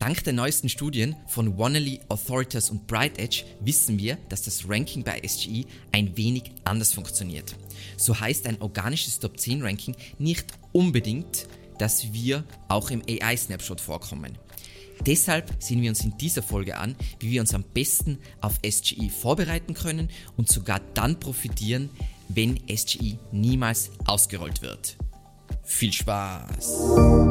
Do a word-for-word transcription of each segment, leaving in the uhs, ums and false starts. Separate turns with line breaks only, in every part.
Dank der neuesten Studien von Wonnerly, Authoritas und BrightEdge wissen wir, dass das Ranking bei S G E ein wenig anders funktioniert. So heißt ein organisches Top zehn Ranking nicht unbedingt, dass wir auch im A I-Snapshot vorkommen. Deshalb sehen wir uns in dieser Folge an, wie wir uns am besten auf S G E vorbereiten können und sogar dann profitieren, wenn S G E niemals ausgerollt wird. Viel Spaß!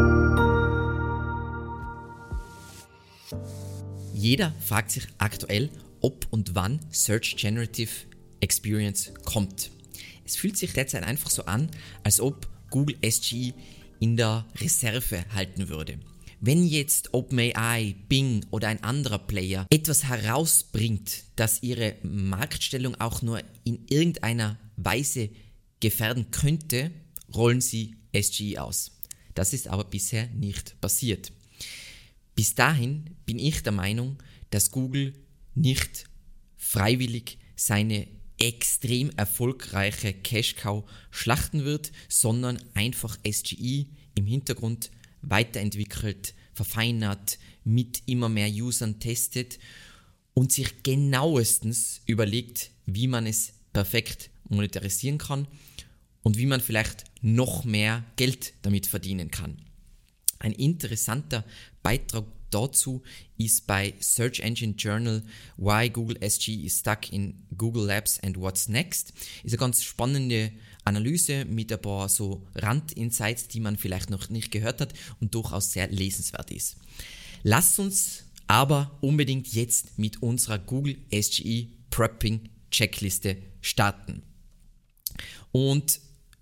Jeder fragt sich aktuell, ob und wann Search Generative Experience kommt. Es fühlt sich derzeit einfach so an, als ob Google S G E in der Reserve halten würde. Wenn jetzt OpenAI, Bing oder ein anderer Player etwas herausbringt, das ihre Marktstellung auch nur in irgendeiner Weise gefährden könnte, rollen sie S G E aus. Das ist aber bisher nicht passiert. Bis dahin bin ich der Meinung, dass Google nicht freiwillig seine extrem erfolgreiche Cash-Cow schlachten wird, sondern einfach S G E im Hintergrund weiterentwickelt, verfeinert, mit immer mehr Usern testet und sich genauestens überlegt, wie man es perfekt monetarisieren kann und wie man vielleicht noch mehr Geld damit verdienen kann. Ein interessanter Beitrag dazu ist bei Search Engine Journal Why Google S G E is Stuck in Google Labs and What's Next. Ist eine ganz spannende Analyse mit ein paar so Randinsights, die man vielleicht noch nicht gehört hat und durchaus sehr lesenswert ist. Lasst uns aber unbedingt jetzt mit unserer Google S G E Prepping Checkliste starten. Und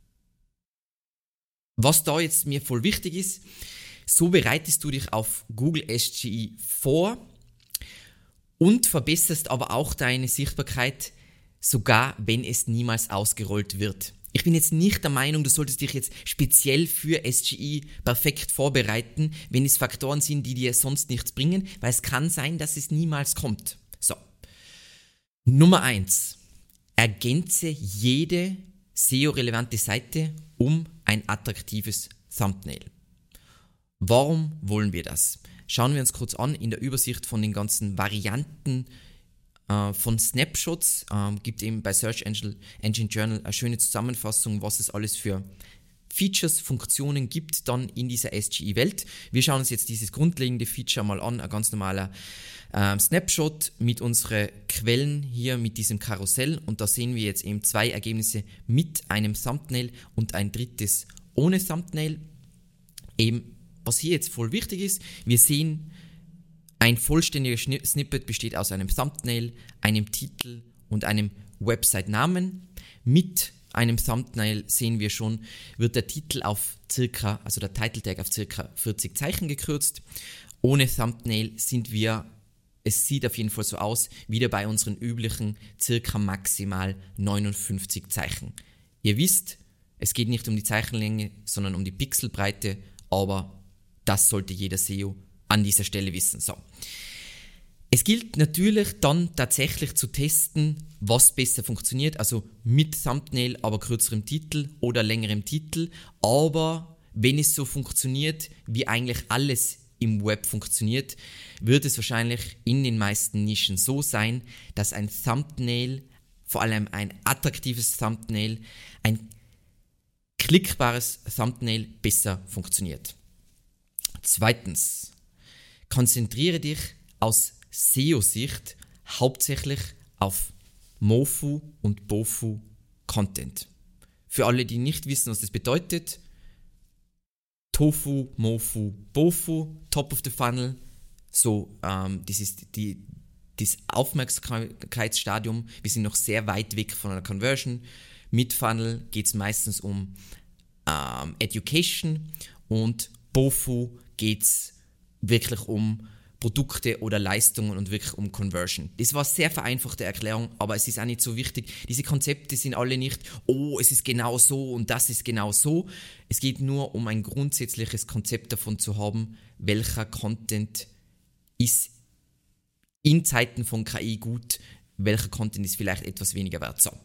was da jetzt mir voll wichtig ist, so bereitest du dich auf Google S G E vor und verbesserst aber auch deine Sichtbarkeit, sogar wenn es niemals ausgerollt wird. Ich bin jetzt nicht der Meinung, du solltest dich jetzt speziell für S G E perfekt vorbereiten, wenn es Faktoren sind, die dir sonst nichts bringen, weil es kann sein, dass es niemals kommt. So. Nummer eins. Ergänze jede S E O-relevante Seite um ein attraktives Thumbnail. Warum wollen wir das? Schauen wir uns kurz an in der Übersicht von den ganzen Varianten äh, von Snapshots. Ähm, gibt eben bei Search Engine, Engine Journal eine schöne Zusammenfassung, was es alles für Features, Funktionen gibt dann in dieser S G E-Welt. Wir schauen uns jetzt dieses grundlegende Feature mal an, ein ganz normaler äh, Snapshot mit unseren Quellen hier mit diesem Karussell und da sehen wir jetzt eben zwei Ergebnisse mit einem Thumbnail und ein drittes ohne Thumbnail. Eben was hier jetzt voll wichtig ist, wir sehen, ein vollständiger Snippet besteht aus einem Thumbnail, einem Titel und einem Website-Namen. Mit einem Thumbnail sehen wir schon, wird der Titel auf circa, also der Title Tag auf circa vierzig Zeichen gekürzt. Ohne Thumbnail sind wir, es sieht auf jeden Fall so aus, wieder bei unseren üblichen circa maximal neunundfünfzig Zeichen. Ihr wisst, es geht nicht um die Zeichenlänge, sondern um die Pixelbreite, aber das sollte jeder S E O an dieser Stelle wissen. So. Es gilt natürlich dann tatsächlich zu testen, was besser funktioniert, also mit Thumbnail, aber kürzerem Titel oder längerem Titel. Aber wenn es so funktioniert, wie eigentlich alles im Web funktioniert, wird es wahrscheinlich in den meisten Nischen so sein, dass ein Thumbnail, vor allem ein attraktives Thumbnail, ein klickbares Thumbnail besser funktioniert. Zweitens, konzentriere dich aus S E O-Sicht hauptsächlich auf MoFu und BoFu Content. Für alle, die nicht wissen, was das bedeutet, Tofu, MoFu, BoFu, Top of the Funnel, so ähm, das ist die, das Aufmerksamkeitsstadium, wir sind noch sehr weit weg von einer Conversion. Mit Funnel geht es meistens um ähm, Education und BoFu geht es wirklich um Produkte oder Leistungen und wirklich um Conversion. Das war eine sehr vereinfachte Erklärung, aber es ist auch nicht so wichtig. Diese Konzepte sind alle nicht, oh, es ist genau so und das ist genau so. Es geht nur um ein grundsätzliches Konzept davon zu haben, welcher Content ist in Zeiten von K I gut, welcher Content ist vielleicht etwas weniger wert. So.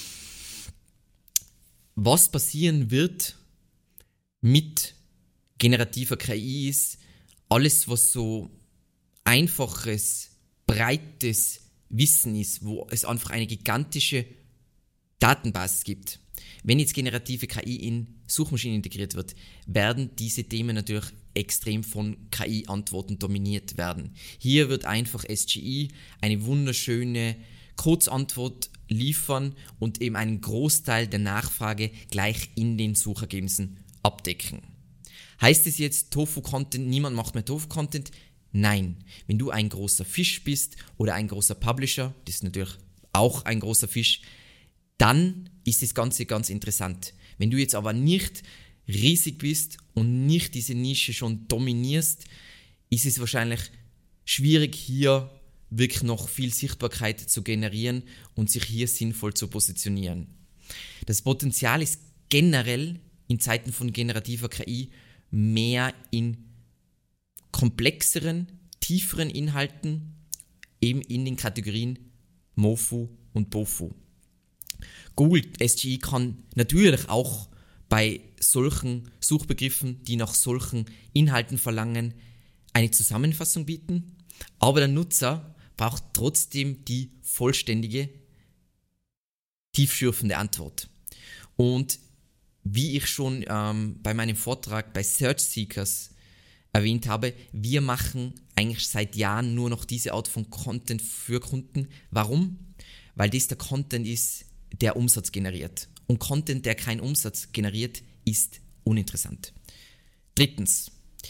Was passieren wird mit generativer K I ist, alles, was so einfaches, breites Wissen ist, wo es einfach eine gigantische Datenbasis gibt. Wenn jetzt generative K I in Suchmaschinen integriert wird, werden diese Themen natürlich extrem von K I-Antworten dominiert werden. Hier wird einfach S G I eine wunderschöne Kurzantwort liefern und eben einen Großteil der Nachfrage gleich in den Suchergebnissen abdecken. Heißt es jetzt Tofu-Content, niemand macht mehr Tofu-Content? Nein. Wenn du ein großer Fisch bist oder ein großer Publisher, das ist natürlich auch ein großer Fisch, dann ist das Ganze ganz interessant. Wenn du jetzt aber nicht riesig bist und nicht diese Nische schon dominierst, ist es wahrscheinlich schwierig, hier wirklich noch viel Sichtbarkeit zu generieren und sich hier sinnvoll zu positionieren. Das Potenzial ist generell in Zeiten von generativer K I mehr in komplexeren, tieferen Inhalten, eben in den Kategorien Mofu und Bofu. Google S G I kann natürlich auch bei solchen Suchbegriffen, die nach solchen Inhalten verlangen, eine Zusammenfassung bieten, aber der Nutzer braucht trotzdem die vollständige, tiefschürfende Antwort. Und wie ich schon ähm, bei meinem Vortrag bei Search Seekers erwähnt habe, wir machen eigentlich seit Jahren nur noch diese Art von Content für Kunden. Warum? Weil das der Content ist, der Umsatz generiert. Und Content, der keinen Umsatz generiert, ist uninteressant. Drittens,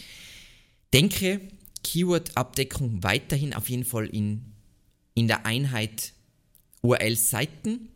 denke Keyword-Abdeckung weiterhin auf jeden Fall in, in der Einheit U R L-Seiten,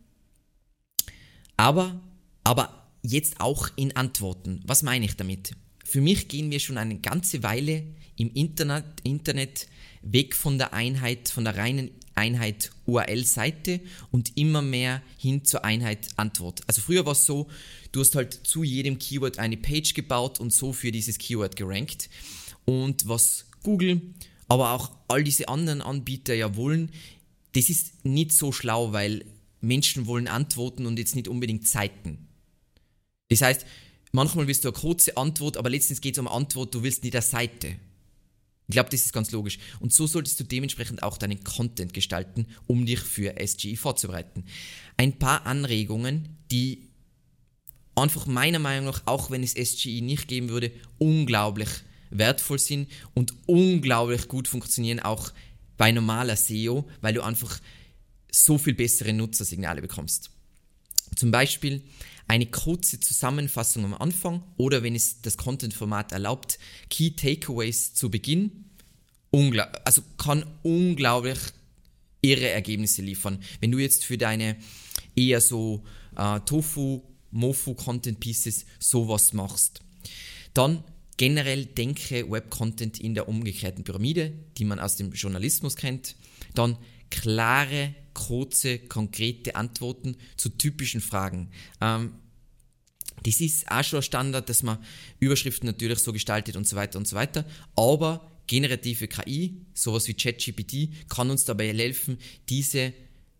aber, aber jetzt auch in Antworten. Was meine ich damit? Für mich gehen wir schon eine ganze Weile im Internet, Internet weg von der Einheit, von der reinen Einheit U R L-Seite und immer mehr hin zur Einheit Antwort. Also früher war es so, du hast halt zu jedem Keyword eine Page gebaut und so für dieses Keyword gerankt. Und was Google, aber auch all diese anderen Anbieter ja wollen, das ist nicht so schlau, weil Menschen wollen Antworten und jetzt nicht unbedingt Seiten. Das heißt, manchmal willst du eine kurze Antwort, aber letztens geht es um Antwort, du willst nicht eine Seite. Ich glaube, das ist ganz logisch. Und so solltest du dementsprechend auch deinen Content gestalten, um dich für S G I vorzubereiten. Ein paar Anregungen, die einfach meiner Meinung nach, auch wenn es S G I nicht geben würde, unglaublich wertvoll sind und unglaublich gut funktionieren, auch bei normaler S E O, weil du einfach so viel bessere Nutzersignale bekommst. Zum Beispiel eine kurze Zusammenfassung am Anfang oder wenn es das Content-Format erlaubt, Key Takeaways zu Beginn, ungla- also kann unglaublich irre Ergebnisse liefern. Wenn du jetzt für deine eher so äh, Tofu, Mofu Content Pieces sowas machst. Dann generell denke Web-Content in der umgekehrten Pyramide, die man aus dem Journalismus kennt. Dann klare, kurze, konkrete Antworten zu typischen Fragen. Ähm, das ist auch schon ein Standard, dass man Überschriften natürlich so gestaltet und so weiter und so weiter. Aber generative K I, sowas wie ChatGPT, kann uns dabei helfen, diese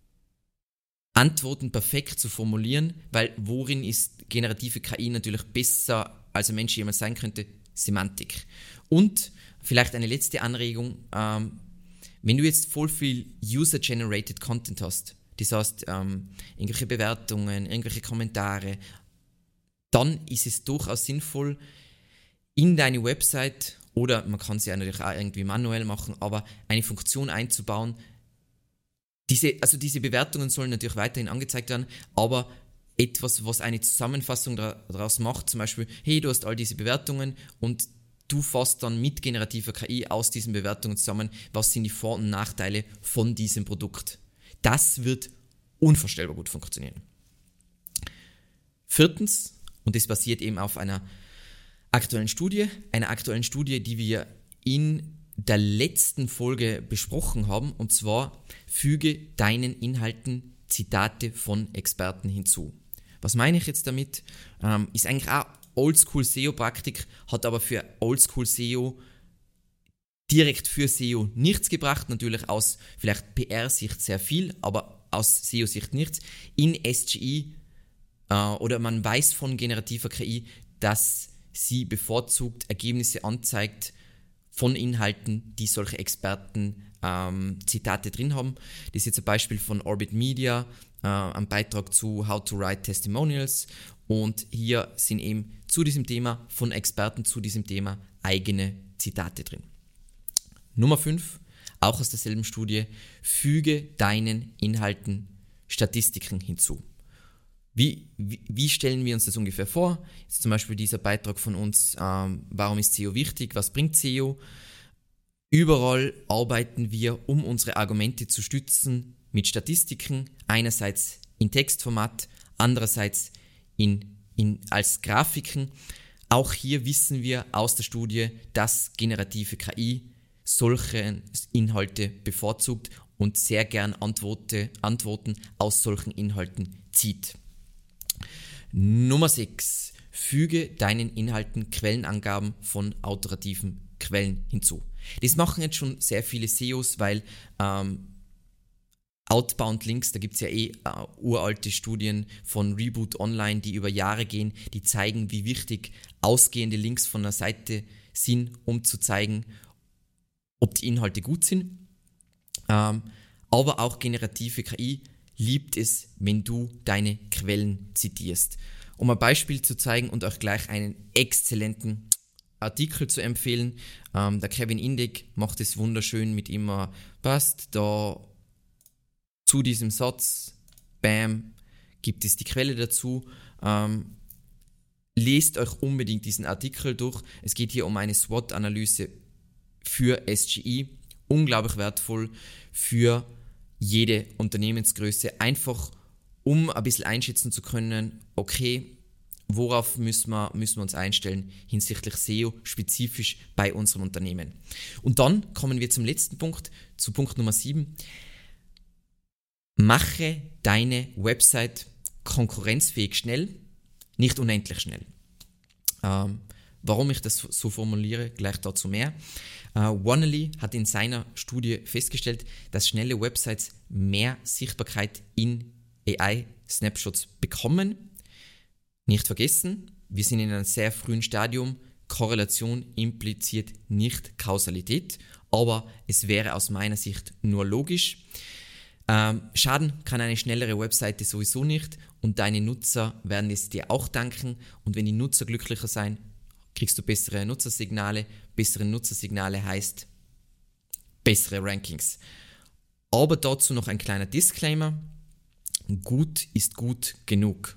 Antworten perfekt zu formulieren, weil worin ist generative K I natürlich besser, als ein Mensch jemals sein könnte? Semantik. Und vielleicht eine letzte Anregung, ähm, wenn du jetzt voll viel User-Generated Content hast, das heißt ähm, irgendwelche Bewertungen, irgendwelche Kommentare, dann ist es durchaus sinnvoll, in deine Website, oder man kann es ja natürlich auch irgendwie manuell machen, aber eine Funktion einzubauen. Diese, also diese Bewertungen sollen natürlich weiterhin angezeigt werden, aber etwas, was eine Zusammenfassung daraus macht, zum Beispiel, hey, du hast all diese Bewertungen und du fasst dann mit generativer K I aus diesen Bewertungen zusammen, was sind die Vor- und Nachteile von diesem Produkt. Das wird unvorstellbar gut funktionieren. Viertens, und das basiert eben auf einer aktuellen Studie, einer aktuellen Studie, die wir in der letzten Folge besprochen haben, und zwar füge deinen Inhalten Zitate von Experten hinzu. Was meine ich jetzt damit? Ähm, ist eigentlich auch Oldschool S E O-Praktik, hat aber für Oldschool S E O direkt für S E O nichts gebracht, natürlich aus vielleicht P R-Sicht sehr viel, aber aus S E O-Sicht nichts. In S G I äh, oder man weiß von generativer K I, dass sie bevorzugt Ergebnisse anzeigt von Inhalten, die solche Experten ähm, Zitate drin haben. Das ist jetzt ein Beispiel von Orbit Media, äh, ein Beitrag zu How to Write Testimonials, und hier sind eben zu diesem Thema, von Experten zu diesem Thema, eigene Zitate drin. Nummer fünf, auch aus derselben Studie: füge deinen Inhalten Statistiken hinzu. Wie, wie, wie stellen wir uns das ungefähr vor? Jetzt zum Beispiel dieser Beitrag von uns, ähm, warum ist S E O wichtig, was bringt S E O? Überall arbeiten wir, um unsere Argumente zu stützen, mit Statistiken, einerseits in Textformat, andererseits in, in, als Grafiken. Auch hier wissen wir aus der Studie, dass generative K I solche Inhalte bevorzugt und sehr gern Antworte, Antworten aus solchen Inhalten zieht. Nummer sechs. Füge deinen Inhalten Quellenangaben von autorativen Quellen hinzu. Das machen jetzt schon sehr viele S E Os, weil ähm, Outbound Links, da gibt es ja eh uh, uralte Studien von Reboot Online, die über Jahre gehen, die zeigen, wie wichtig ausgehende Links von einer Seite sind, um zu zeigen, ob die Inhalte gut sind. Ähm, aber auch generative K I liebt es, wenn du deine Quellen zitierst. Um ein Beispiel zu zeigen und euch gleich einen exzellenten Artikel zu empfehlen, ähm, der Kevin Indig macht es wunderschön mit immer, passt, da zu diesem Satz, bam, gibt es die Quelle dazu. Ähm, lest euch unbedingt diesen Artikel durch. Es geht hier um eine SWOT-Analyse für S G I, unglaublich wertvoll für jede Unternehmensgröße, einfach um ein bisschen einschätzen zu können, okay, worauf müssen wir, müssen wir uns einstellen hinsichtlich S E O, spezifisch bei unserem Unternehmen. Und dann kommen wir zum letzten Punkt, zu Punkt Nummer sieben. Mache deine Website konkurrenzfähig schnell, nicht unendlich schnell. Ähm, warum ich das so formuliere, gleich dazu mehr. Uh, Wonally hat in seiner Studie festgestellt, dass schnelle Websites mehr Sichtbarkeit in A I-Snapshots bekommen. Nicht vergessen, wir sind in einem sehr frühen Stadium. Korrelation impliziert nicht Kausalität, aber es wäre aus meiner Sicht nur logisch. Ähm, schaden kann eine schnellere Webseite sowieso nicht, und deine Nutzer werden es dir auch danken, und wenn die Nutzer glücklicher sein, kriegst du bessere Nutzersignale. Bessere Nutzersignale heißt bessere Rankings. Aber dazu noch ein kleiner Disclaimer. Gut ist gut genug.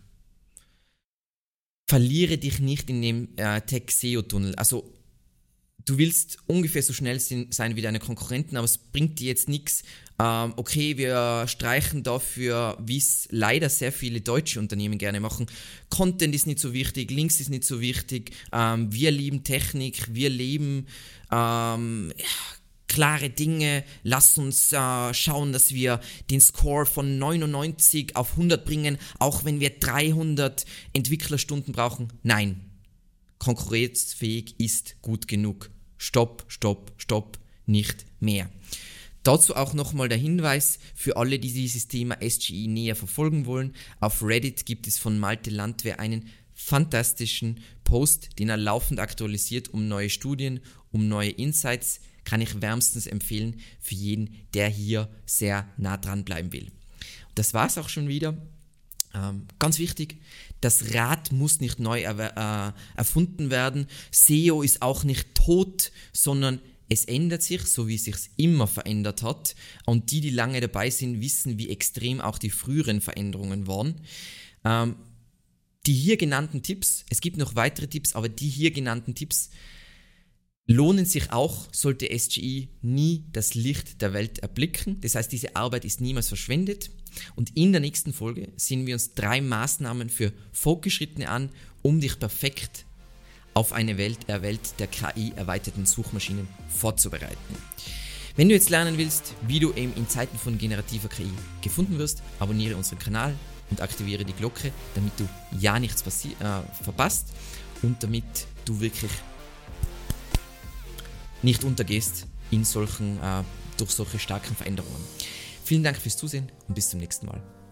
Verliere dich nicht in dem äh, Tech-S E O-Tunnel. Also du willst ungefähr so schnell sein wie deine Konkurrenten, aber es bringt dir jetzt nichts. Ähm, okay, wir streichen dafür, wie es leider sehr viele deutsche Unternehmen gerne machen. Content ist nicht so wichtig, Links ist nicht so wichtig. Ähm, wir lieben Technik, wir lieben ähm, ja, klare Dinge. Lass uns äh, schauen, dass wir den Score von neunundneunzig auf hundert bringen, auch wenn wir dreihundert Entwicklerstunden brauchen. Nein, konkurrenzfähig ist gut genug. Stopp, stopp, stopp, nicht mehr. Dazu auch nochmal der Hinweis für alle, die dieses Thema S G I näher verfolgen wollen. Auf Reddit gibt es von Malte Landwehr einen fantastischen Post, den er laufend aktualisiert, um neue Studien, um neue Insights. Kann ich wärmstens empfehlen für jeden, der hier sehr nah dran bleiben will. Das war es auch schon wieder. Ähm, ganz wichtig, das Rad muss nicht neu er- äh, erfunden werden. S E O ist auch nicht tot, sondern es ändert sich, so wie es sich immer verändert hat. Und die, die lange dabei sind, wissen, wie extrem auch die früheren Veränderungen waren. Ähm, die hier genannten Tipps, es gibt noch weitere Tipps, aber die hier genannten Tipps lohnen sich auch, sollte S G I nie das Licht der Welt erblicken. Das heißt, diese Arbeit ist niemals verschwendet. Und in der nächsten Folge sehen wir uns drei Maßnahmen für Fortgeschrittene an, um dich perfekt auf eine Welt, äh, Welt der K I-erweiterten Suchmaschinen vorzubereiten. Wenn du jetzt lernen willst, wie du eben in Zeiten von generativer K I gefunden wirst, abonniere unseren Kanal und aktiviere die Glocke, damit du ja nichts passi- äh, verpasst und damit du wirklich nicht untergehst in solchen, äh, durch solche starken Veränderungen. Vielen Dank fürs Zusehen und bis zum nächsten Mal.